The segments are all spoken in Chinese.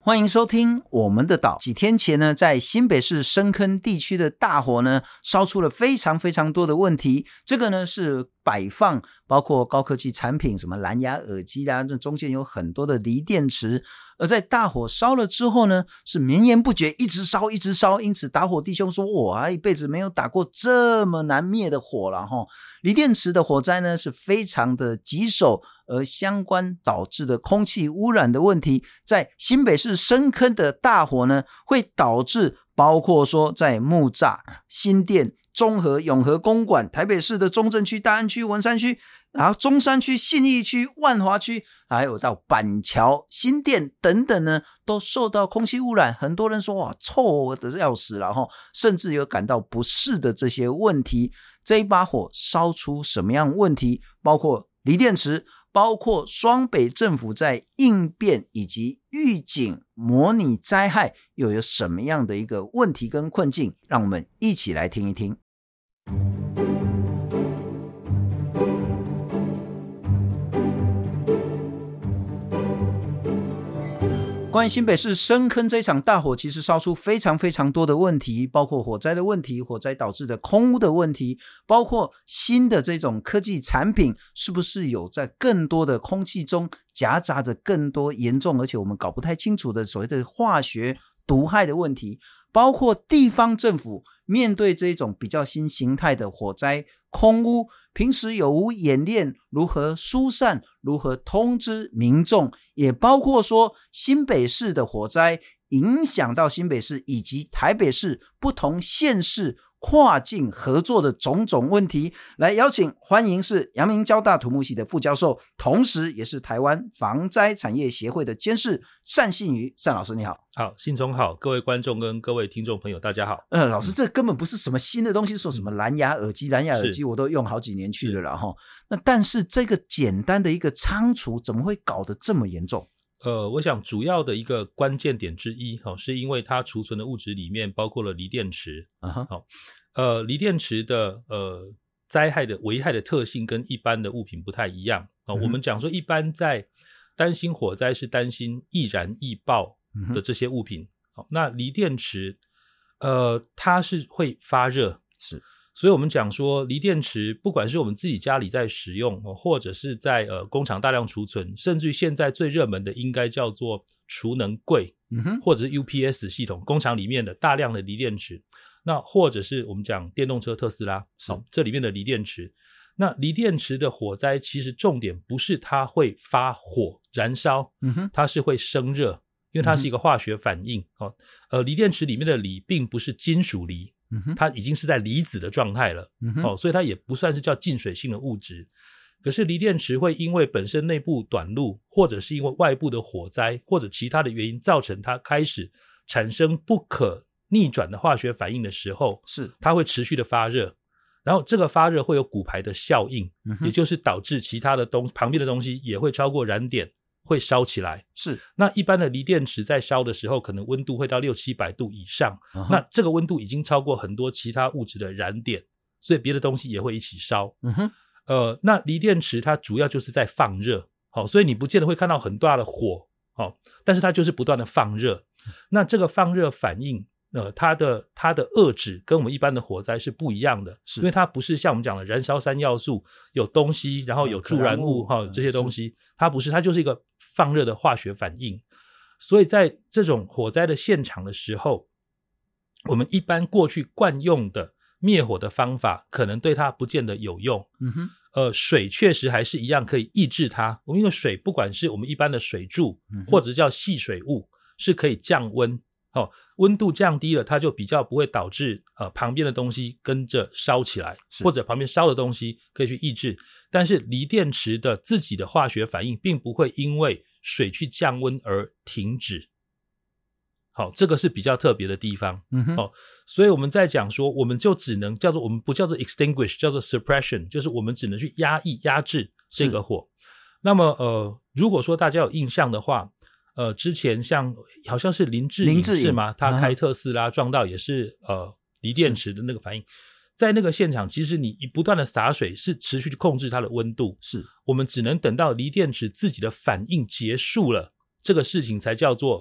欢迎收听我们的岛。几天前呢，在新北市深坑地区的大火呢，烧出了非常非常多的问题。这个呢是摆放包括高科技产品，什么蓝牙耳机啦，这中间有很多的锂电池。而在大火烧了之后呢，是绵延不绝，一直烧一直烧。因此打火弟兄说，我一辈子没有打过这么难灭的火了齁。锂电池的火灾呢是非常的棘手，而相关导致的空气污染的问题，在新北市深坑的大火呢，会导致包括说在木栅、新店、中和、永和公馆、台北市的中正区、大安区、文山区，然后中山区、信义区、万华区，还有到板桥、新店等等呢，都受到空气污染。很多人说哇，臭的要死了齁，甚至有感到不适的这些问题。这一把火烧出什么样问题？包括锂电池，包括双北政府在应变以及预警模拟灾害又有什么样的一个问题跟困境，让我们一起来听一听。关于新北市深坑这场大火，其实烧出非常非常多的问题，包括火灾的问题，火灾导致的空污的问题，包括新的这种科技产品是不是有在更多的空气中夹杂着更多严重而且我们搞不太清楚的所谓的化学毒害的问题，包括地方政府面对这种比较新形态的火灾空污，平时有无演练如何疏散，如何通知民众，也包括说新北市的火灾影响到新北市以及台北市不同县市跨境合作的种种问题。来邀请欢迎是阳明交大土木系的副教授，同时也是台湾防灾产业协会的监事单信瑜。单老师你好。 好，信聪好，各位观众跟各位听众朋友大家好。 老师，这根本不是什么新的东西，说什么蓝牙耳机我都用好几年去了齁。那但是这个简单的一个仓储怎么会搞得这么严重？ 我想主要的一个关键点之一是因为它储存的物质里面包括了锂电池。锂电池的灾害的危害的特性跟一般的物品不太一样。我们讲说一般在担心火灾是担心易燃易爆的这些物品。那锂电池它是会发热， 是， 所以我们讲说锂电池不管是我们自己家里在使用，或者是在工厂大量储存，甚至于现在最热门的应该叫做储能柜，或者是 UPS 系统，工厂里面的大量的锂电池，那或者是我们讲电动车特斯拉，这里面的锂电池。那锂电池的火灾其实重点不是它会发火燃烧，它是会生热，因为它是一个化学反应。锂电池里面的锂并不是金属锂，它已经是在离子的状态了，所以它也不算是叫进水性的物质。可是锂电池会因为本身内部短路，或者是因为外部的火灾或者其他的原因造成它开始产生不可逆转的化学反应的时候， 是它会持续的发热，然后这个发热会有骨牌的效应，也就是导致其他的旁边的东西也会超过燃点会烧起来。 是， 那一般的锂电池在烧的时候可能温度会到600-700度以上，那这个温度已经超过很多其他物质的燃点，所以别的东西也会一起烧。那锂电池它主要就是在放热，所以你不见得会看到很大的火，但是它就是不断的放热。那这个放热反应它的遏制跟我们一般的火灾是不一样的，因为它不是像我们讲的燃烧3要素有东西然后有助燃物这些东西，它不是，它就是一个放热的化学反应。所以在这种火灾的现场的时候，我们一般过去惯用的灭火的方法可能对它不见得有用。水确实还是一样可以抑制它，因为水不管是我们一般的水柱或者叫细水雾是可以降温，温度降低了，它就比较不会导致旁边的东西跟着烧起来，或者旁边烧的东西可以去抑制。但是锂电池的自己的化学反应并不会因为水去降温而停止。好，这个是比较特别的地方。所以我们在讲说，我们就只能叫做，我们不叫做 extinguish， 叫做 suppression， 就是我们只能去压制这个火。那么如果说大家有印象的话，之前好像是林志颖是吗？他开特斯拉撞到也是锂电池的那个反应。在那个现场，其实你不断的洒水是持续控制它的温度，是我们只能等到锂电池自己的反应结束了，这个事情才叫做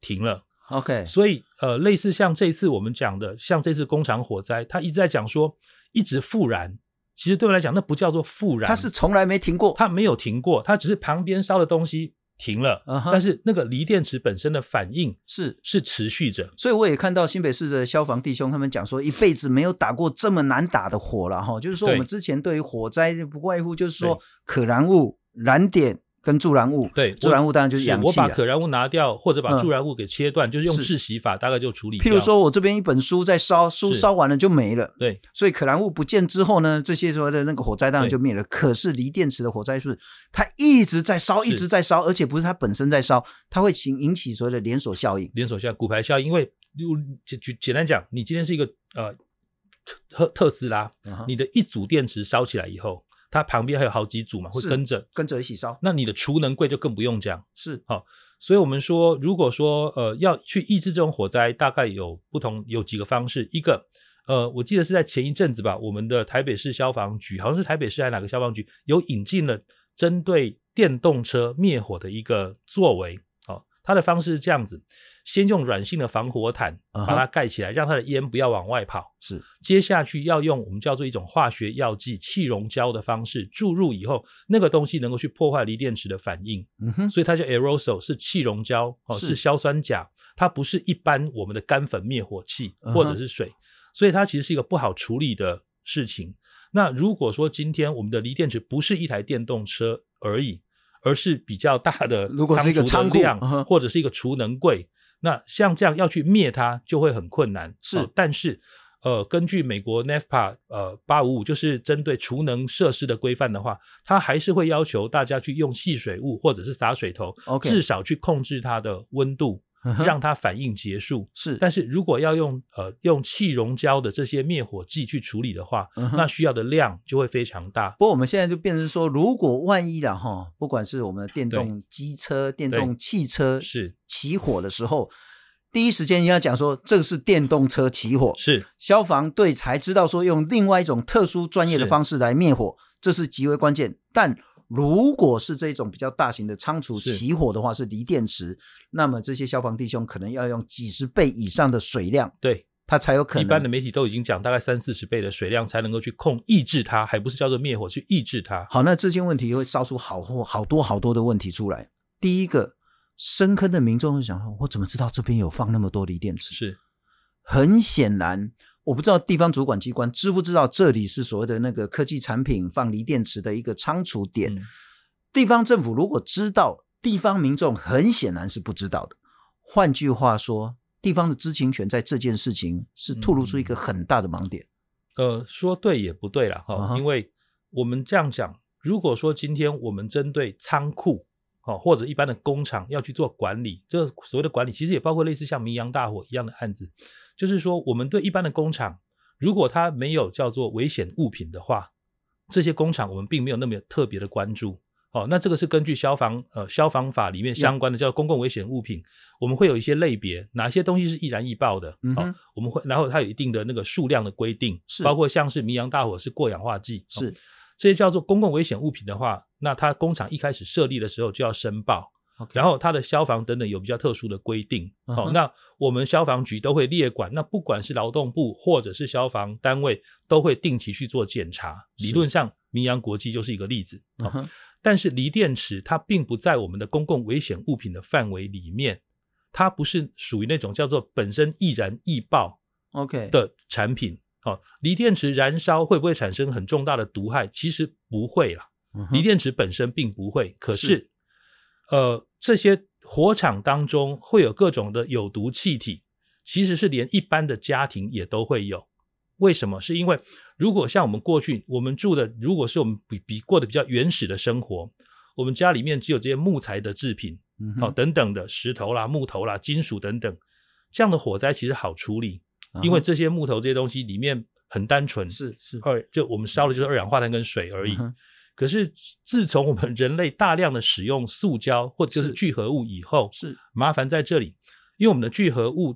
停了。 OK， 所以类似像这一次我们讲的，像这次工厂火灾，他一直在讲说一直复燃，其实对我来讲那不叫做复燃， 它是从来没停过， 它没有停过，它只是旁边烧的东西停了，但是那个锂电池本身的反应是持续着。 所以我也看到新北市的消防弟兄他们讲说，一辈子没有打过这么难打的火了哈。就是说我们之前对于火灾不外乎就是说可燃物、燃点跟助燃物， 对， 助燃物当然就是氧气我把可燃物拿掉，或者把助燃物给切断，就是用窒息法大概就处理掉。 譬如说我这边一本书在烧，书烧完了就没了， 对， 所以可燃物不见之后呢，这些所谓的那个火灾当然就灭了。可是锂电池的火灾是它一直在烧，一直在烧，而且不是它本身在烧，它会引起所谓的连锁效应。 连锁效应、骨牌效应，因为简单讲，你今天是一个特斯拉，你的一组电池烧起来以后，它旁边还有好几组嘛，会跟着一起烧。 那你的储能柜就更不用讲。 是， 所以我们说，如果说要去抑制这种火灾，大概有几个方式。一个我记得是在前一阵子吧，我们的台北市消防局，好像是台北市还是哪个消防局，有引进了针对电动车灭火的一个作为。它的方式是这样子，先用软性的防火毯把它盖起来，让它的烟不要往外跑。 是， 接下去要用我们叫做一种化学药剂气溶胶的方式注入以后，那个东西能够去破坏锂电池的反应。所以它叫 aerosol， 是气溶胶，是硝酸钾，它不是一般我们的干粉灭火器或者是水，所以它其实是一个不好处理的事情。那如果说今天我们的锂电池不是一台电动车而已，而是比较大的仓储的量，或者是一个储能柜，那像这样要去灭它就会很困难。是，但是根据美国 NEPA 855，就是针对储能设施的规范的话，它还是会要求大家去用细水雾或者是洒水头，至少去控制它的温度，让它反应结束。是，但是如果要用气溶胶的这些灭火剂去处理的话，那需要的量就会非常大。 不过我们现在就变成说，如果万一啦不管是我们的电动机车、电动汽车是起火的时候，第一时间要讲说这是电动车起火，是消防队才知道说用另外一种特殊专业的方式来灭火，这是极为关键。但如果是这种比较大型的仓储起火的话，是锂电池，那么这些消防弟兄可能要用几十倍以上的水量，对，它才有可能。 一般的媒体都已经讲大概30-40倍的水量才能够去抑制它，还不是叫做灭火，去抑制它。 好，那这些问题会烧出好多的问题出来。第一个，深坑的民众会想说，我怎么知道这边有放那么多锂电池？是，很显然我不知道地方主管机关知不知道这里是所谓的那个科技产品放锂电池的一个仓储点。地方政府如果知道，地方民众很显然是不知道的。换句话说，地方的知情权在这件事情是透露出一个很大的盲点。 说对也不对啦，因为我们这样讲，如果说今天我们针对仓库或者一般的工厂要去做管理，这个所谓的管理其实也包括类似像明阳大火一样的案子，就是说我们对一般的工厂，如果它没有叫做危险物品的话，这些工厂我们并没有那么特别的关注。那这个是根据消防法里面相关的叫公共危险物品，我们会有一些类别，哪些东西是易燃易爆的，我们会，然后它有一定的那个数量的规定，包括像是明阳大火是过氧化剂，是这些叫做公共危险物品的话，那它工厂一开始设立的时候就要申报，然后它的消防等等有比较特殊的规定。那我们消防局都会列管，那不管是劳动部或者是消防单位都会定期去做检查，理论上明阳国际就是一个例子。但是锂电池它并不在我们的公共危险物品的范围里面，它不是属于那种叫做本身易燃易爆的产品。锂电池燃烧会不会产生很重大的毒害？其实不会啦，锂电池本身并不会。可是这些火场当中会有各种的有毒气体，其实是连一般的家庭也都会有。为什么？是因为如果像我们过去我们住的，如果是我们过得比较原始的生活，我们家里面只有这些木材的制品，等等的石头啦、木头啦、金属等等，这样的火灾其实好处理，因为这些木头这些东西里面很单纯，就我们烧的就是二氧化碳跟水而已。可是自从我们人类大量的使用塑胶或者就是聚合物以后，是麻烦在这里，因为我们的聚合物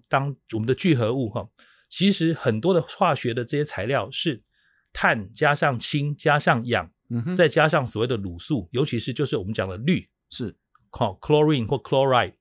其实很多的化学的这些材料是碳加上氢加上氧，再加上所谓的卤素，尤其是就是我们讲的氯，是chlorine或 chloride。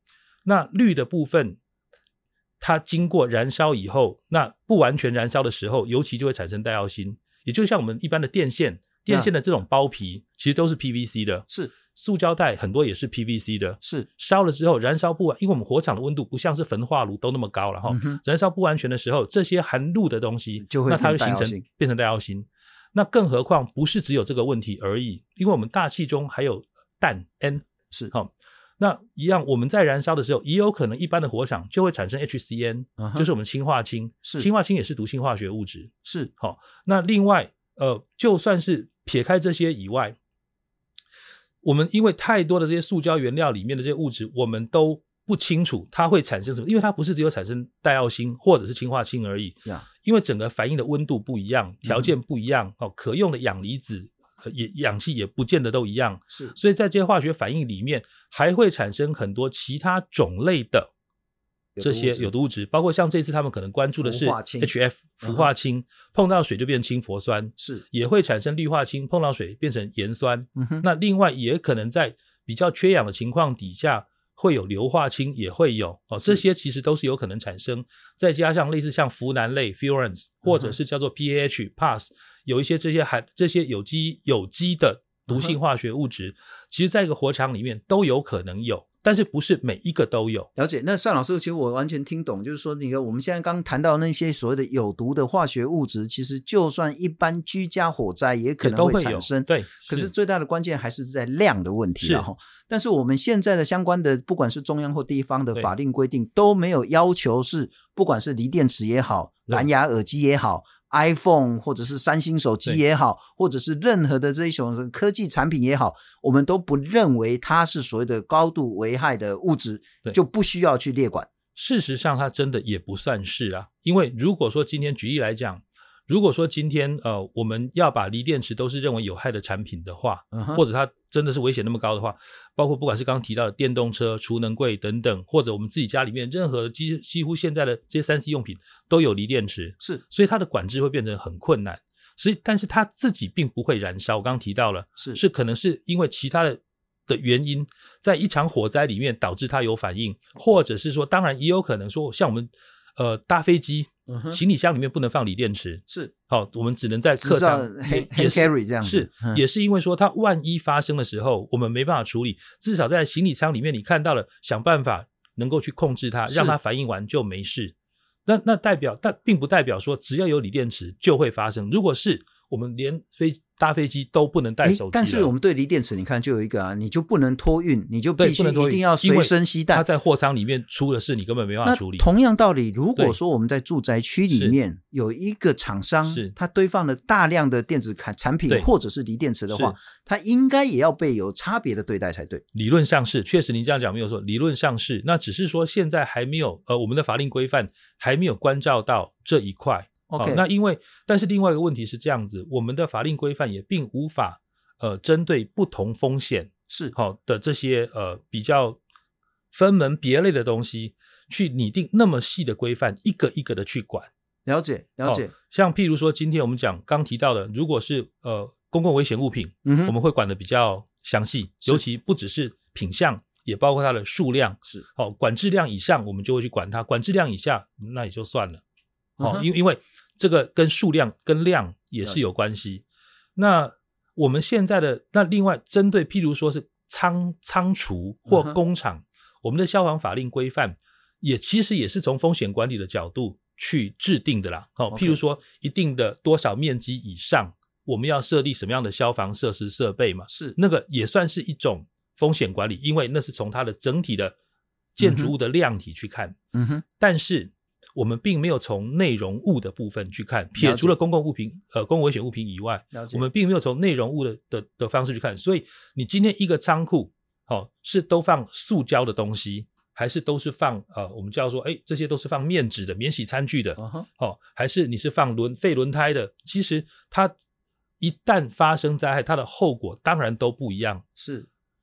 那氯的部分它经过燃烧以后，那不完全燃烧的时候，尤其就会产生戴奥辛，也就像我们一般的电线的这种包皮其实都是 PVC 的， 是塑胶袋很多也是 PVC 的， 是烧了之后燃烧不完，因为我们火场的温度不像是焚化炉都那么高了燃烧不完全的时候，这些含氯的东西就会那它会变成戴奥辛。那更何况不是只有这个问题而已，因为我们大气中还有氮 N 是那一样我们在燃烧的时候也有可能一般的火场就会产生 HCN、就是我们氢化氢，氢化氢也是毒性化学物质， 是那另外就算是撇开这些以外，我们因为太多的这些塑胶原料里面的这些物质我们都不清楚它会产生什么，因为它不是只有产生戴奥辛或者是氢化氢而已，因为整个反应的温度不一样，条件不一样，可用的氧离子氧气也不见得都一样， 是， 所以在这些化学反应里面还会产生很多其他种类的这些有毒物质，包括像这次他们可能关注的是 HF 氟化氢，碰到水就变氢佛酸， 是， 也会产生氯化氢，碰到水变成盐酸，那另外也可能在比较缺氧的情况底下会有硫化氢，也会有这些其实都是有可能产生，再加上类似像呋喃类 furans 或者是叫做 PAH PAS， 有一些这些有机的毒性化学物质，其实在一个火场里面都有可能有，但是不是每一个都有。 了解。那单老师其实我完全听懂，就是说你看我们现在刚谈到那些所谓的有毒的化学物质，其实就算一般居家火灾也可能会产生， 对， 可是最大的关键还是在量的问题了。但是我们现在的相关的不管是中央或地方的法令规定都没有要求是不管是锂电池也好，蓝牙耳机也好，iPhone 或者是三星手机也好，或者是任何的这种科技产品也好，我们都不认为它是所谓的高度危害的物质，就不需要去列管。 事实上它真的也不算是啊，因为如果说今天举例来讲，如果说今天我们要把锂电池都是认为有害的产品的话，或者它真的是危险那么高的话，包括不管是刚刚提到的电动车、储能柜等等，或者我们自己家里面任何几乎现在的这些 3C 用品都有锂电池， 是， 所以它的管制会变成很困难。但是它自己并不会燃烧，我刚刚提到了，是可能是因为其他的原因，在一场火灾里面导致它有反应，或者是说当然也有可能说像我们搭飞机行李箱里面不能放锂电池， 是我们只能在客舱 hand carry 这样子， 也是因为说它万一发生的时候我们没办法处理，至少在行李舱里面你看到了，想办法能够去控制它，让它反应完就没事。但并不代表说只要有锂电池就会发生，如果是我们连搭飞机都不能带手机了。 但是我们对锂电池你看就有一个你就不能托运，你就必须一定要随身携带， 它在货舱里面出了事你根本没办法处理。 那同样道理，如果说我们在住宅区里面有一个厂商它堆放了大量的电子产品或者是锂电池的话，它应该也要被有差别的对待才对。理论上是，确实您这样讲没有错，理论上是，那只是说现在还没有我们的法令规范还没有关照到这一块。那但是另外一个问题是这样子，我们的法令规范也并无法针对不同风险的这些比较分门别类的东西去拟定那么细的规范，一个一个的去管。 了解。 像譬如说今天我们讲刚提到的，如果是公共危险物品，我们会管得比较详细，尤其不只是品项，也包括它的数量，是管制量以上我们就会去管它，管制量以下那也就算了。因为这个跟数量跟量也是有关系。那我们现在的另外针对譬如说是仓储或工厂，我们的消防法令规范其实也是从风险管理的角度去制定的啦。譬如说一定的多少面积以上我们要设立什么样的消防设施设备嘛，是那个也算是一种风险管理，因为那是从它的整体的建筑物的量体去看。但是我们并没有从内容物的部分去看，撇除了公共危险物品以外，我们并没有从内容物的方式去看。所以你今天一个仓库是都放塑胶的东西，还是都是放我们叫做这些都是放面纸的免洗餐具的，还是你是放废轮胎的，其实它一旦发生灾害，它的后果当然都不一样。是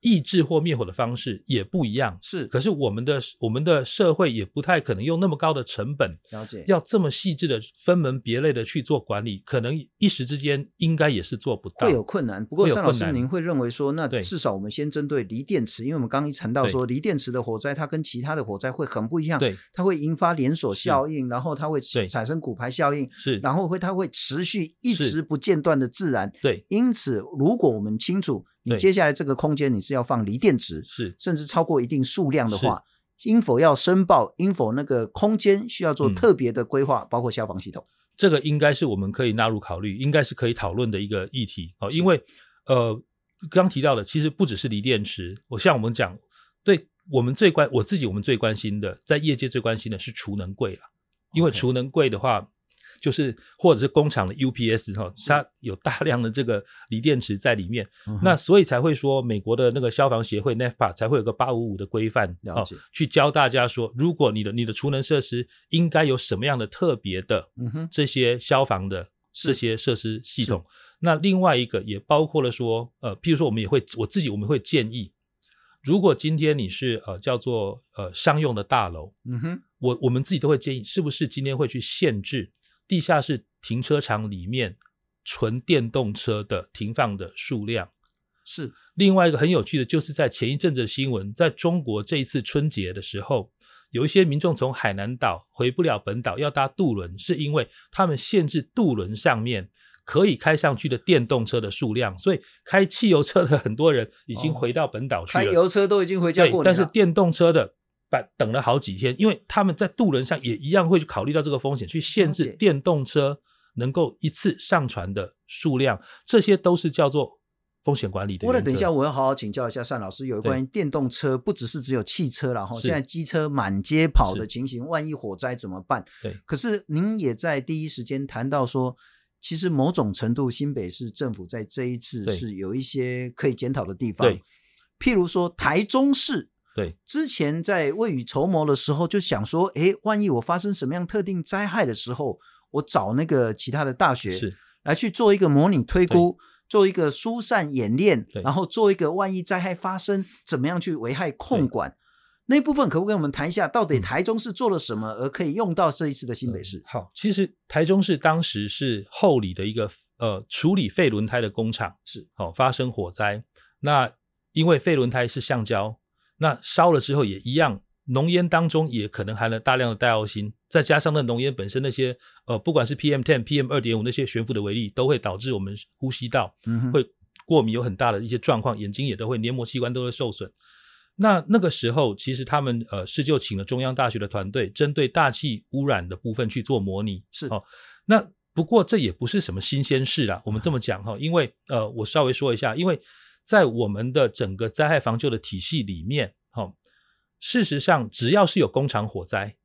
抑制或灭火的方式也不一样， 是。 可是我们的社会也不太可能用那么高的成本， 了解， 要这么细致的分门别类的去做管理，可能一时之间应该也是做不到， 会有困难。不过单老师您会认为说，那至少我们先针对锂电池，因为我们刚刚一谈到说锂电池的火灾它跟其他的火灾会很不一样， 对， 它会引发连锁效应，然后它会产生骨牌效应， 是， 然后它会持续一直不间断的自燃， 对。 因此如果我们清楚你接下来这个空间你是要放锂电池， 是， 甚至超过一定数量的话，应否要申报，应否那个空间需要做特别的规划，包括消防系统， 这个应该是我们可以纳入考虑，应该是可以讨论的一个议题，因为刚提到的其实不只是锂电池，像我们讲，对我们最关心的，在业界最关心的是储能柜啦，因为储能柜的话就是或者是工厂的 UPS 它有大量的这个锂电池在里面，那所以才会说美国的那个消防协会 NEPA 才会有个855的规范，去教大家说，如果你的储能设施应该有什么样的特别的这些消防的这些设施系统。那另外一个也包括了说譬如说我们会建议，如果今天你是叫做商用的大楼，我们自己都会建议，是不是今天会去限制地下室停车场里面纯电动车的停放的数量。 是。 另外一个很有趣的，就是在前一阵子的新闻，在中国这一次春节的时候，有一些民众从海南岛回不了本岛要搭渡轮，是因为他们限制渡轮上面可以开上去的电动车的数量，所以开汽油车的很多人已经回到本岛去了， 开油车都已经回家过年了， 但是电动车的等了好几天，因为他们在渡轮上也一样会去考虑到这个风险，去限制电动车能够一次上传的数量，这些都是叫做风险管理的原则。 等一下我要好好请教一下单老师，有关于电动车不只是只有汽车啦，现在机车满街跑的情形，万一火灾怎么办？ 对。 可是您也在第一时间谈到说，其实某种程度新北市政府在这一次是有一些可以检讨的地方，譬如说台中市对， 之前在未雨绸缪的时候就想说，万一我发生什么样特定灾害的时候，我找那个其他的大学来去做一个模拟推估，做一个疏散演练，然后做一个万一灾害发生怎么样去危害控管，那部分可不可以跟我们谈一下，到底台中市做了什么而可以用到这一次的新北市？ 好，其实台中市当时是后里的一个处理废轮胎的工厂，发生火灾，那因为废轮胎是橡胶，那烧了之后也一样，浓烟当中也可能含了大量的戴奥辛，再加上那浓烟本身那些不管是 PM10、PM2.5 那些悬浮的微粒，都会导致我们呼吸道会过敏，有很大的一些状况，眼睛也都会，黏膜器官都会受损。那个时候其实他们是就请了中央大学的团队，针对大气污染的部分去做模拟。那不过这也不是什么新鲜事啦，我们这么讲因为我稍微说一下，因为在我们的整个灾害防救的体系里面事实上只要是有工厂火灾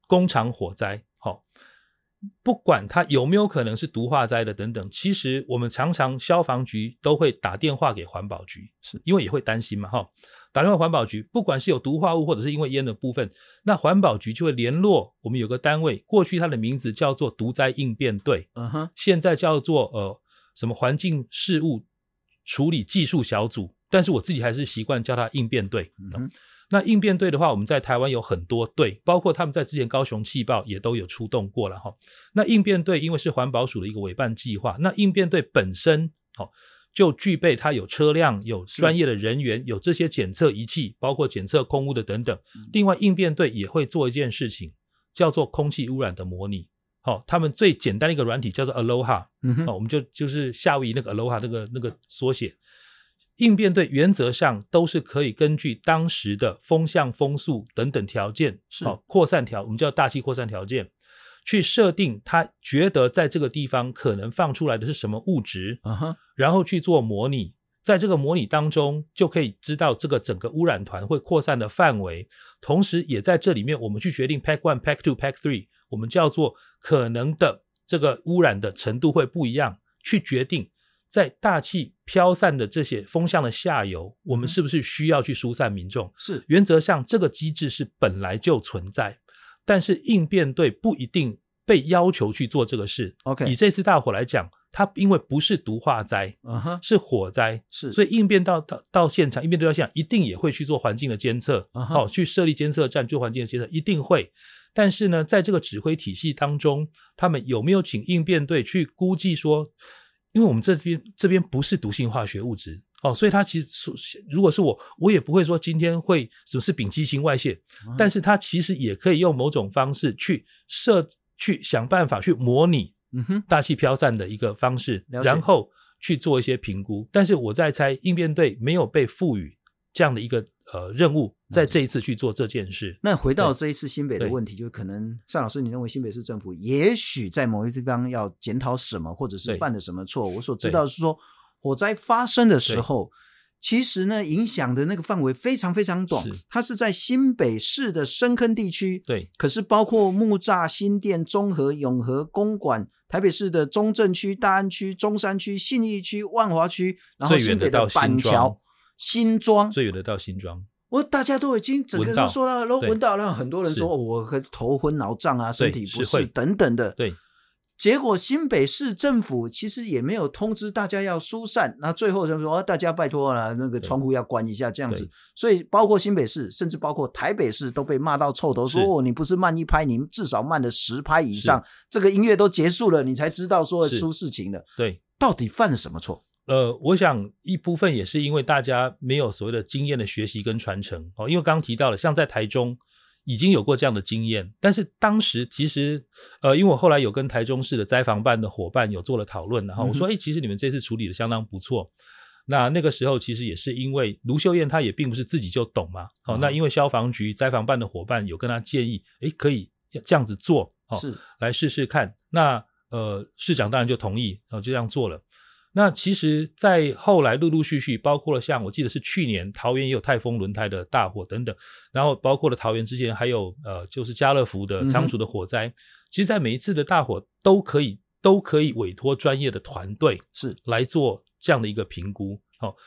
不管它有没有可能是毒化灾的等等，其实我们常常消防局都会打电话给环保局，因为也会担心嘛打电话环保局，不管是有毒化物或者是因为烟的部分，那环保局就会联络我们有个单位，过去它的名字叫做毒灾应变队，现在叫做什么环境事务处理技术小组，但是我自己还是习惯叫它应变队。那应变队的话，我们在台湾有很多队，包括他们在之前高雄气爆也都有出动过了那应变队因为是环保署的一个委办计划，那应变队本身就具备它有车辆，有专业的人员，有这些检测仪器，包括检测空污的等等。另外应变队也会做一件事情，叫做空气污染的模拟。他们最简单的一个软体叫做 Aloha，我们就是夏威夷那个 Aloha 那个缩写。应变队原则上都是可以根据当时的风向、风速等等条件，扩散条，我们叫大气扩散条件，去设定他觉得在这个地方可能放出来的是什么物质，然后去做模拟，在这个模拟当中就可以知道这个整个污染团会扩散的范围，同时也在这里面我们去决定 Pack 1、Pack 2、Pack 3，我们叫做可能的这个污染的程度会不一样，去决定在大气飘散的这些风向的下游，我们是不是需要去疏散民众？ 是， 原则上这个机制是本来就存在，但是应变队不一定被要求去做这个事。 OK， 以这次大火来讲， 它因为不是毒化灾，是火灾，所以应变到现场，应变对到现场一定也会去做环境的监测，去设立监测站做环境的监测，一定会。但是呢，在这个指挥体系当中，他们有没有请应变队去估计说，因为我们这边不是毒性化学物质，所以它其实如果是我也不会说今天会什么是丙基型外泄，但是它其实也可以用某种方式去想办法去模拟大气飘散的一个方式，然后去做一些评估。但是我在猜应变队没有被赋予这样的一个任务，在这一次去做这件事。 那回到这一次新北的问题，就可能单老师你认为新北市政府也许在某一地方要检讨什么，或者是犯了什么错？我所知道的是说火灾发生的时候，其实呢影响的那个范围非常非常短，它是在新北市的深坑地区， 对， 可是包括木栅、新店、中和、永和、公馆，台北市的中正区、大安区、中山区、信义区、万华区，然后新北的板桥、新庄， 最远的到新庄， 大家都已经整个都说到都闻到了，很多人说我头昏脑胀啊，身体不适等等的。 对， 结果新北市政府其实也没有通知大家要疏散，那最后就说大家拜托了，那个窗户要关一下这样子。所以包括新北市，甚至包括台北市都被骂到臭头，说你不是慢一拍，你至少慢了10拍以上，这个音乐都结束了，你才知道说出事情了。 对， 到底犯了什么错？ 我想一部分也是因为大家没有所谓的经验的学习跟传承，因为刚刚提到了像在台中已经有过这样的经验，但是当时其实因为我后来有跟台中市的灾防办的伙伴有做了讨论，然后我说其实你们这次处理的相当不错。那个时候其实也是因为卢秀燕她也并不是自己就懂嘛，那因为消防局灾防办的伙伴有跟她建议可以这样子做，是来试试看。那市长当然就同意，就这样做了。那其实在后来陆陆续续包括了像我记得是去年桃园也有泰丰轮胎的大火等等，然后包括了桃园之前还有就是家乐福的仓储的火灾，其实在每一次的大火都可以委托专业的团队是来做这样的一个评估。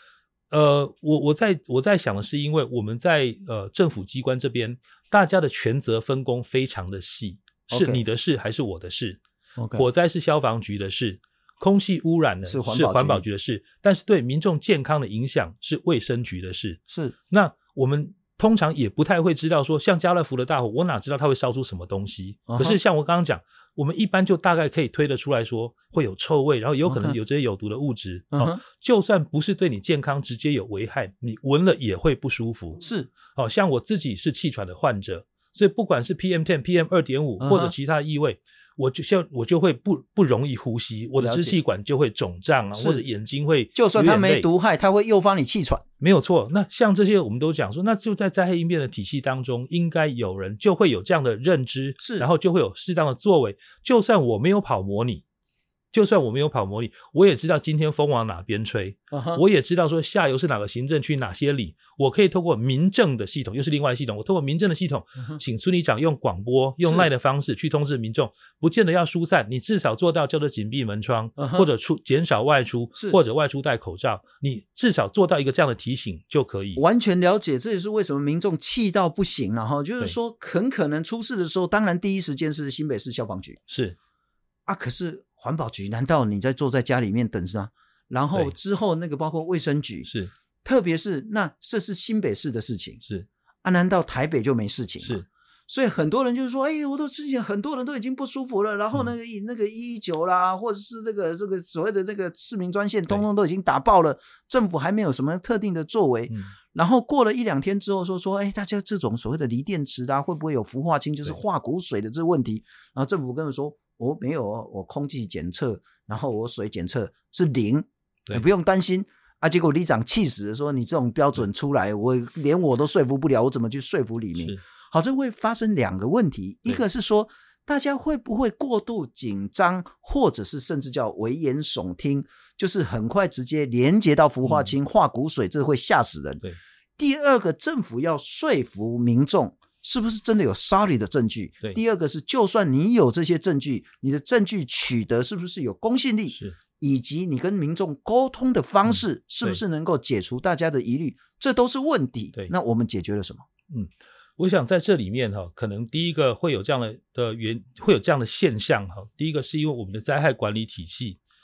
我在想的是因为我们在政府机关这边大家的权责分工非常的细，是你的事还是我的事，火灾是消防局的事，空气污染呢是环保局的事，但是对民众健康的影响是卫生局的事。是，那我们通常也不太会知道说像家乐福的大火，我哪知道它会烧出什么东西，可是像我刚刚讲，我们一般就大概可以推得出来说会有臭味，然后有可能有这些有毒的物质，就算不是对你健康直接有危害，你闻了也会不舒服。是，像我自己是气喘的患者，所以不管是 PM10、PM2.5 或者其他异味，我就会不容易呼吸，我的支气管就会肿胀啊，或者眼睛会就算它没毒害，它会诱发你气喘， 没有错。那像这些我们都讲说，那就在灾害应变的体系当中，应该有人就会有这样的认知，是，然后就会有适当的作为。就算我没有跑模拟，我也知道今天风往哪边吹，我也知道说下游是哪个行政区哪些里，我可以透过民政的系统，又是另外的系统，我透过民政的系统，请村里长用广播用 LINE 的方式去通知民众，不见得要疏散，你至少做到叫做紧闭门窗，或者减少外出，或者外出戴口罩，你至少做到一个这样的提醒就可以。 完全了解，这也是为什么民众气到不行了，就是说很可能出事的时候，当然第一时间是新北市消防局，是啊，可是环保局难道你坐在家里面等是吗？然后之后那个包括卫生局，是，特别是那这是新北市的事情，是啊，难道台北就没事情吗？是，所以很多人就是说，我的事情很多人都已经不舒服了，然后那个119啦，或者是这个所谓的那个市民专线，通通都已经打爆了，政府还没有什么特定的作为。然后过了1-2天之后说大家这种所谓的锂电池啊，会不会有氟化氢，就是化骨水的这个问题？然后政府跟我说，我没有，我空气检测，然后我水检测是0，你不用担心啊。结果里长气死了，说你这种标准出来，连我都说服不了，我怎么去说服里民？好，这会发生2个问题，一个是说大家会不会过度紧张，或者是甚至叫危言耸听，就是很快直接连接到氟化氢、化骨水，这会吓死人。对。第二个，政府要说服民众是不是真的有 solid 的证据。第二个是就算你有这些证据，你的证据取得是不是有公信力，以及你跟民众沟通的方式是不是能够解除大家的疑虑，这都是问题。那我们解决了什么？ 我想在这里面可能第一个会有这样的现象，第一个是因为我们的灾害管理体系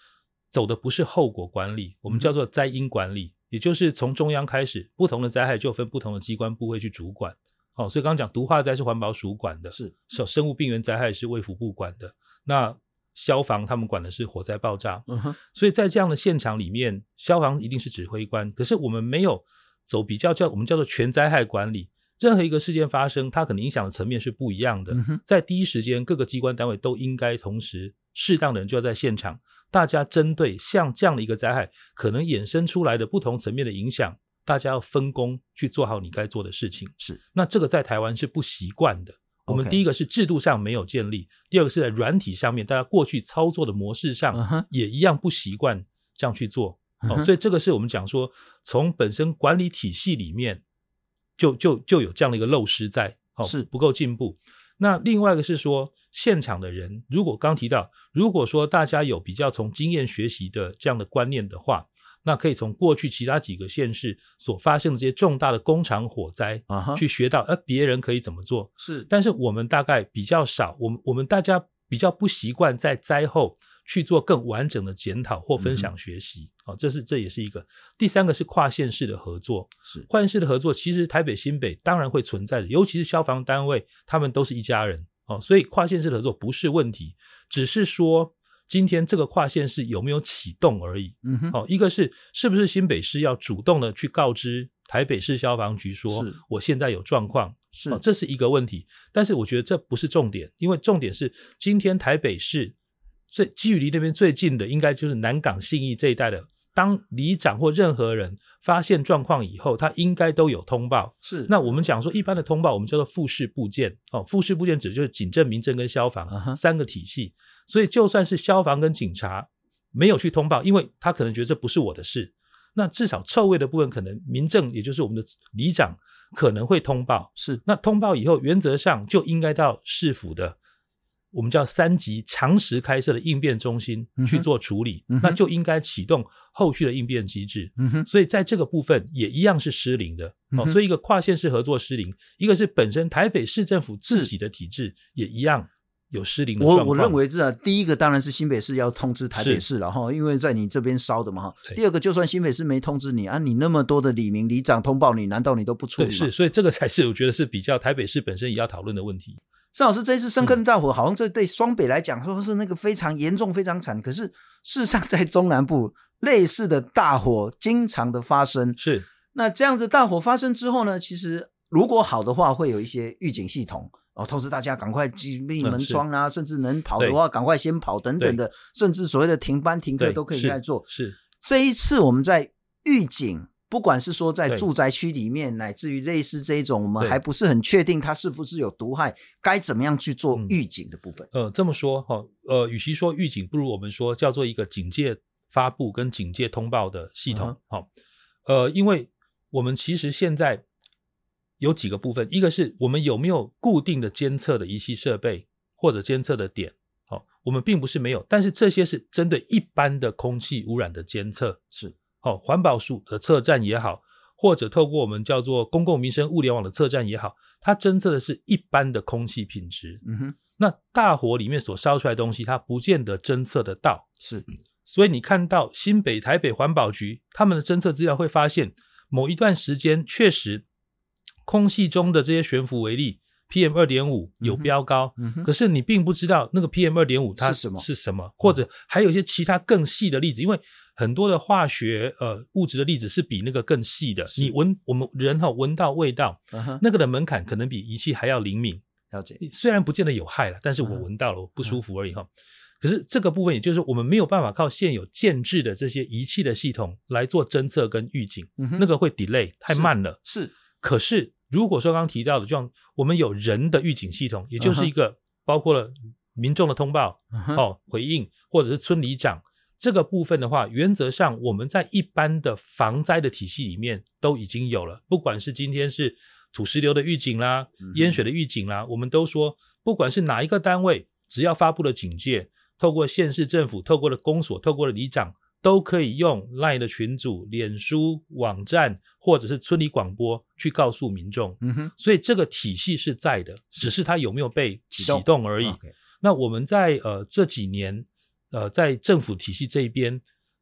走的不是后果管理，我们叫做灾因管理，也就是从中央开始，不同的灾害就分不同的机关部会去主管。所以刚刚讲毒化灾是环保署管的， 是生物病原灾害是卫福部管的，那消防他们管的是火灾爆炸。所以在这样的现场里面，消防一定是指挥官，可是我们没有走比较我们叫做全灾害管理，任何一个事件发生，它可能影响的层面是不一样的。在第一时间，各个机关单位都应该同时适当的人就要在现场，大家针对像这样的一个灾害可能衍生出来的不同层面的影响，大家要分工去做好你该做的事情。 是， 那这个在台湾是不习惯的。我们第一个是制度上没有建立，第二个是在软体上面，大家过去操作的模式上也一样不习惯这样去做。所以这个是我们讲说，从本身管理体系里面就有这样的一个漏失在，是不够进步。那另外一个是说，现场的人，如果刚提到，如果说大家有比较从经验学习的这样的观念的话，那可以从过去其他几个县市所发生的这些重大的工厂火灾去学到别人可以怎么做。是，但是我们大概比较少，我们大家比较不习惯在灾后去做更完整的检讨或分享学习。这也是一个。第三个是跨县市的合作。是，跨县市的合作其实台北新北当然会存在的，尤其是消防单位他们都是一家人，所以跨县市的合作不是问题，只是说今天这个跨县市有没有启动而已。一个是不是新北市要主动的去告知台北市消防局说我现在有状况，这是一个问题。但是我觉得这不是重点，因为重点是今天台北市基于离那边最近的应该就是南港信义这一带的，当里长或任何人发现状况以后，他应该都有通报。是，那我们讲说一般的通报我们叫做复式部件。复式部件指的就是警政、民政跟消防三个体系。所以就算是消防跟警察没有去通报，因为他可能觉得这不是我的事，那至少臭味的部分可能民政也就是我们的里长可能会通报。是，那通报以后原则上就应该到市府的我们叫3级常时开设的应变中心去做处理，那就应该启动后续的应变机制。所以在这个部分也一样是失灵的。所以一个跨县市合作失灵，一个是本身台北市政府自己的体制也一样有失灵的状况。 我认为第一个当然是新北市要通知台北市了，因为在你这边烧的嘛。第二个就算新北市没通知你你那么多的里民里长通报你，难道你都不处理吗？ 是，所以这个才是我觉得是比较台北市本身也要讨论的问题。 盛老师，这次深坑大火好像这对双北来讲说是那个非常严重非常惨，可是事实上在中南部类似的大火经常的发生。是，那这样子大火发生之后呢，其实如果好的话会有一些预警系统通知大家赶快闭门窗甚至能跑的话赶快先跑等等的，甚至所谓的停班停课都可以来做。是，这一次我们在预警，不管是说在住宅区里面，乃至于类似这一种我们还不是很确定它是不是有毒害，该怎么样去做预警的部分。 这么说与其说预警，不如我们说叫做一个警戒发布跟警戒通报的系统。因为我们其实现在有几个部分，一个是我们有没有固定的监测的仪器设备或者监测的点。我们并不是没有，但是这些是针对一般的空气污染的监测。是，环保署的测站也好，或者透过我们叫做公共民生物联网的测站也好，它侦测的是一般的空气品质。那大火里面所烧出来的东西它不见得侦测得到。是，所以你看到新北、台北环保局他们的侦测资料会发现，某一段时间确实空气中的这些悬浮微粒 PM2.5 有标高，可是你并不知道那个 PM2.5 它是什么，或者还有一些其他更细的粒子，因为很多的化学物质的粒子是比那个更细的，你我们人闻到味道，那个的门槛可能比仪器还要灵敏。了解，虽然不见得有害了，但是我闻到了，我不舒服而已可是这个部分也就是说我们没有办法靠现有建制的这些仪器的系统来做侦测跟预警，那个会 delay 太慢了。是，可是如果说刚刚提到的就像我们有人的预警系统，也就是一个包括了民众的通报回应或者是村里长，这个部分的话原则上我们在一般的防灾的体系里面都已经有了，不管是今天是土石流的预警啦淹水的预警啦，我们都说不管是哪一个单位只要发布了警戒，透过县市政府透过了公所透过了里长都可以用 LINE 的群组、脸书网站或者是村里广播去告诉民众。所以这个体系是在的，只是它有没有被启动而已。那我们在这几年在政府体系这一边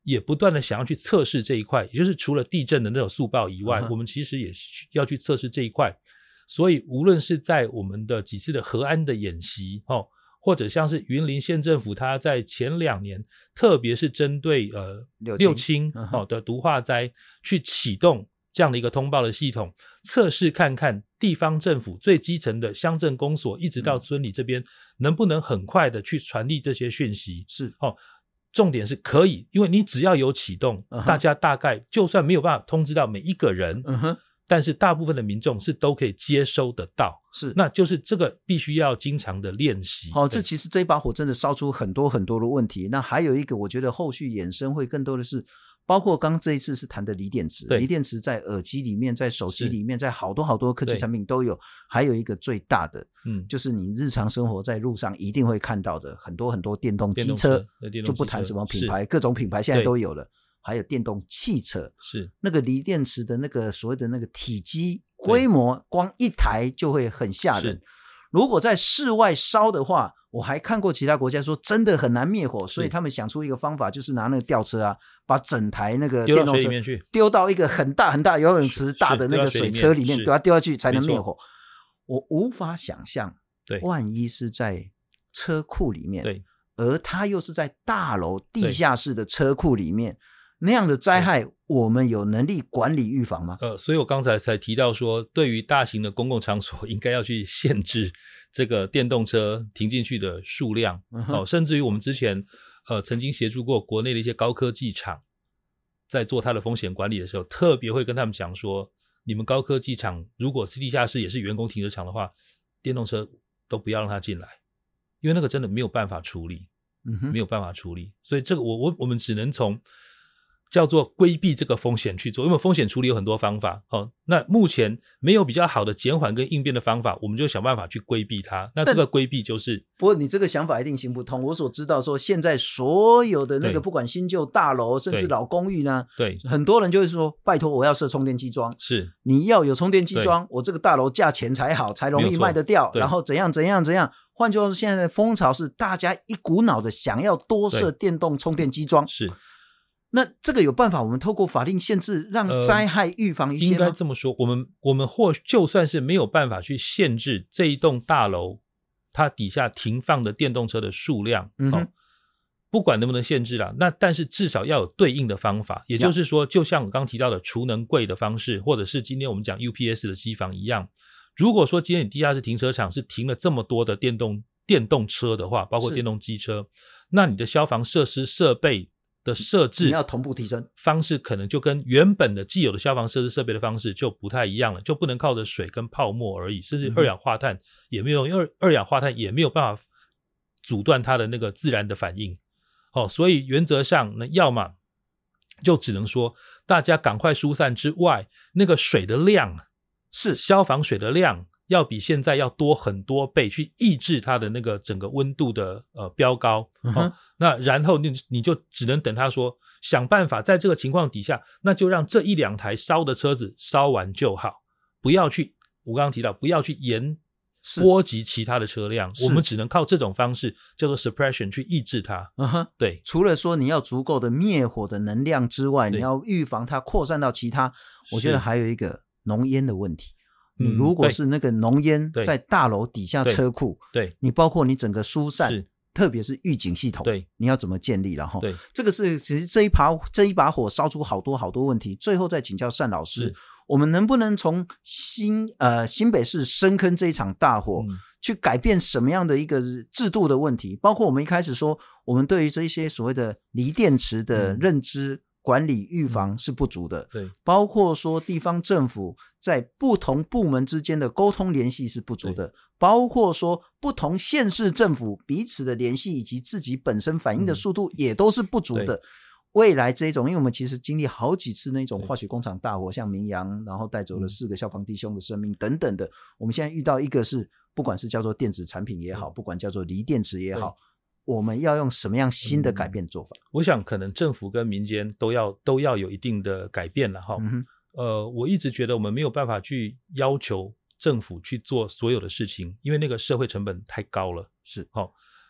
也不断的想要去测试这一块，也就是除了地震的那种速报以外，我们其实也要去测试这一块。所以无论是在我们的几次的河安的演习或者像是云林县政府它在前2年特别是针对六轻的毒化灾去启动这样的一个通报的系统，测试看看地方政府最基层的乡镇公所一直到村里这边能不能很快的去传递这些讯息。 是重点是可以，因为你只要有启动大家大概就算没有办法通知到每一个人但是大部分的民众是都可以接收得到， 是， 那就是这个必须要经常的练习。 这其实这一把火真的烧出很多很多的问题。那还有一个我觉得后续衍生会更多的是，包括刚这一次是谈的锂电池，锂电池在耳机里面，在手机里面，在好多好多科技产品都有。还有一个最大的就是你日常生活在路上一定会看到的很多很多电动机车，就不谈什么品牌，各种品牌现在都有了。还有电动汽车， 是那个锂电池的那个所谓的那个体积规模，光一台就会很吓人。如果在室外烧的话，我还看过其他国家说真的很难灭火，所以他们想出一个方法，就是拿那个吊车啊，把整台那个电动车丢到一个很大很大游泳池大的那个水车里面，给它丢下去才能灭火。我无法想象，万一是在车库里面，而它又是在大楼地下室的车库里面，那样的灾害我们有能力管理预防吗？ 所以我刚才才提到说，对于大型的公共场所应该要去限制这个电动车停进去的数量，甚至于我们之前曾经协助过国内的一些高科技厂在做它的风险管理的时候，特别会跟他们讲说，你们高科技厂如果是地下室也是员工停车场的话，电动车都不要让它进来，因为那个真的没有办法处理，没有办法处理。所以这个我们只能从叫做规避这个风险去做，因为风险处理有很多方法那目前没有比较好的减缓跟应变的方法，我们就想办法去规避它。那这个规避就是不过你这个想法一定行不通。我所知道说现在所有的那个不管新旧大楼甚至老公寓呢， 对， 很多人就会说拜托我要设充电机桩， 是你要有充电机桩，我这个大楼价钱才好，才容易卖得掉，然后怎样怎样怎样。换句话说，现在的风潮是大家一股脑的想要多设电动充电机桩， 是。 那这个有办法我们透过法令限制让灾害预防一些吗？ 应该这么说，我们就算是没有办法去限制这一栋大楼它底下停放的电动车的数量，不管能不能限制啦，那但是至少要有对应的方法。也就是说，就像我刚提到的储能柜的方式，或者是今天我们讲 UPS 的机房一样，如果说今天你地下室停车场是停了这么多的电动车的话，包括电动机车，那你的消防设施设备的设置， 你要同步提升方式，可能就跟原本的既有的消防设施设备的方式就不太一样了，就不能靠着水跟泡沫而已，甚至二氧化碳也没有，因为二氧化碳也没有办法阻断它的那个自然的反应。所以原则上呢，要么就只能说大家赶快疏散之外，那个水的量，是消防水的量要比现在要多很多倍，去抑制它的那个整个温度的飙高。那然后你就只能等他说想办法在这个情况底下，那就让这1-2台烧的车子烧完就好，不要去，我刚刚提到不要去波及其他的车辆，我们只能靠这种方式叫做 suppression 去抑制它。对， 除了说你要足够的灭火的能量之外，你要预防它扩散到其他，我觉得还有一个浓烟的问题。你如果是那个浓烟在大楼底下车库， 对， 你包括你整个疏散，特别是预警系统， 对， 你要怎么建立？然后， 对， 这个是其实这一把火烧出好多好多问题。最后再请教单老师，我们能不能从新北市深坑这一场大火，去改变什么样的一个制度的问题？包括我们一开始说，我们对于这些所谓的锂电池的认知、管理、预防是不足的， 对， 包括说地方政府在不同部门之间的沟通联系是不足的，包括说不同县市政府彼此的联系以及自己本身反应的速度也都是不足的。未来这种，因为我们其实经历好几次那种化学工厂大火，像明阳，然后带走了4个消防弟兄的生命等等的，我们现在遇到一个是不管是叫做电子产品也好，不管叫做锂电池也好，我们要用什么样新的改变做法？ 我想可能政府跟民间都要有一定的改变了哈。我一直觉得我们没有办法去要求政府去做所有的事情，因为那个社会成本太高了。是，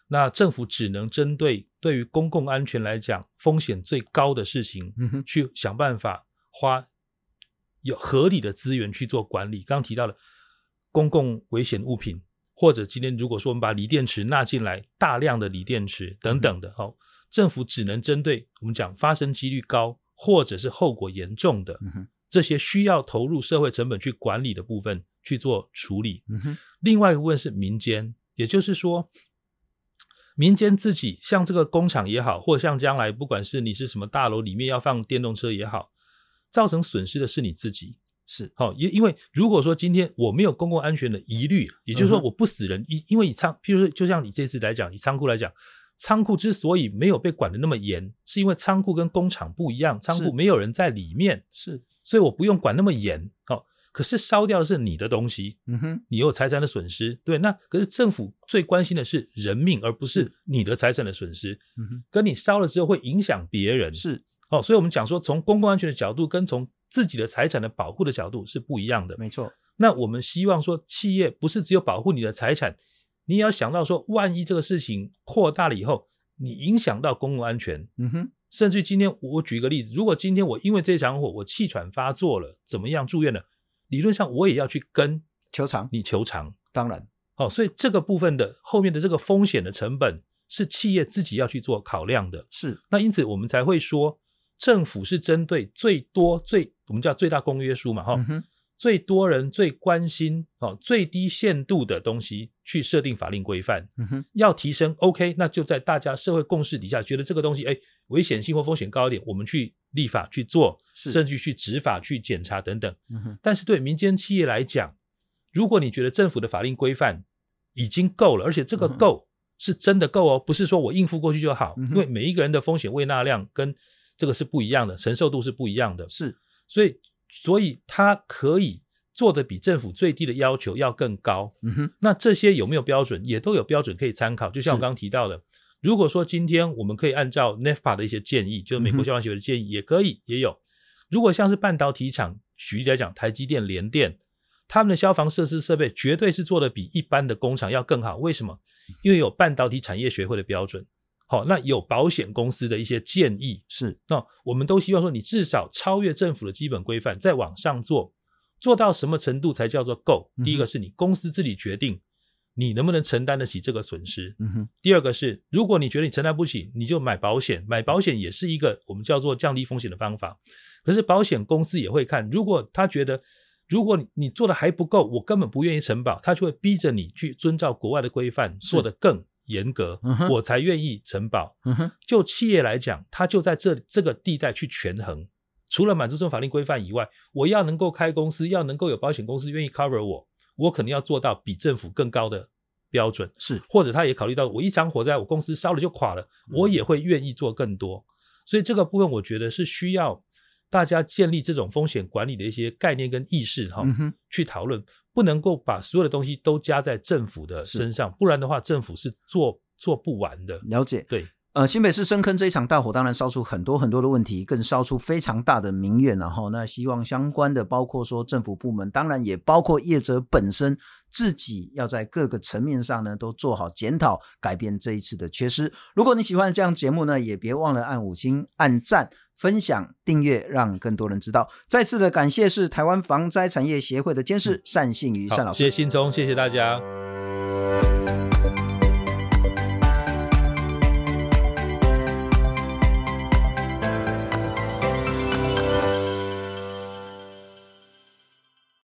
那政府只能针对对于公共安全来讲风险最高的事情，去想办法花有合理的资源去做管理。刚刚提到的公共危险物品，或者今天如果说我们把锂电池纳进来，大量的锂电池等等的，政府只能针对我们讲发生几率高或者是后果严重的，这些需要投入社会成本去管理的部分去做处理。另外一个部分是民间，也就是说民间自己像这个工厂也好，或者像将来不管是你是什么大楼里面要放电动车也好，造成损失的是你自己。 是因为如果说今天我没有公共安全的疑虑，也就是说我不死人，因为譬如说就像你这次来讲，以仓库来讲，仓库之所以没有被管得那么严，是因为仓库跟工厂不一样，仓库没有人在里面， 是， 所以我不用管那么严。可是烧掉的是你的东西，你有财产的损失，对，那可是政府最关心的是人命，而不是你的财产的损失，跟你烧了之后会影响别人， 是， 所以我们讲说从公共安全的角度跟从自己的财产的保护的角度是不一样的， 没错。 那我们希望说企业不是只有保护你的财产，你也要想到说万一这个事情扩大了以后，你影响到公共安全，甚至今天我举一个例子，如果今天我因为这场火我气喘发作了，怎么样住院了，理论上我也要去跟你求偿， 当然， 所以这个部分的后面的这个风险的成本是企业自己要去做考量的。 是， 那因此我们才会说政府是针对我们叫最大公约数嘛，最多人最关心最低限度的东西去设定法令规范，要提升 OK， 那就在大家社会共识底下觉得这个东西危险性或风险高一点，我们去立法去做，甚至去执法去检查等等。但是对民间企业来讲，如果你觉得政府的法令规范已经够了，而且这个够是真的够不是说我应付过去就好，因为每一个人的风险胃纳量跟这个是不一样的，承受度是不一样的， 是， 所以它可以做的比政府最低的要求要更高。那这些有没有标准？也都有标准可以参考。就像我刚刚提到的，如果说今天我们可以按照 NEFPA 的一些建议，就是美国消防协会的建议，也可以，也有。如果像是半导体厂，举例来讲，台积电、联电，他们的消防设施设备绝对是做的比一般的工厂要更好。为什么？因为有半导体产业学会的标准。那有保险公司的一些建议， 是， 那我们都希望说你至少超越政府的基本规范，再往上做到什么程度才叫做够。第一个是你公司自己决定你能不能承担得起这个损失，第二个是如果你觉得你承担不起，你就买保险也是一个我们叫做降低风险的方法。可是保险公司也会看，如果他觉得如果你做的还不够，我根本不愿意承保，他就会逼着你去遵照国外的规范做得更严格，我才愿意承保。就企业来讲，他就在这个地带去权衡，除了满足这种法令规范以外，我要能够开公司，要能够有保险公司愿意 cover 我可能要做到比政府更高的标准， 是， 或者他也考虑到我一场火灾我公司烧了就垮了，我也会愿意做更多。所以这个部分我觉得是需要大家建立这种风险管理的一些概念跟意识去讨论，不能够把所有的东西都加在政府的身上，不然的话政府是做不完的。 了解， 对。 新北市深坑这一场大火当然烧出很多很多的问题，更烧出非常大的民怨，那希望相关的包括说政府部门，当然也包括业者本身自己要在各个层面上呢都做好检讨，改变这一次的缺失。如果你喜欢这样节目呢，也别忘了按5星、按赞、分享、订阅，让更多人知道。再次的感谢是台湾防灾产业协会的监事单信瑜单老师。 谢谢信聪，谢谢大家。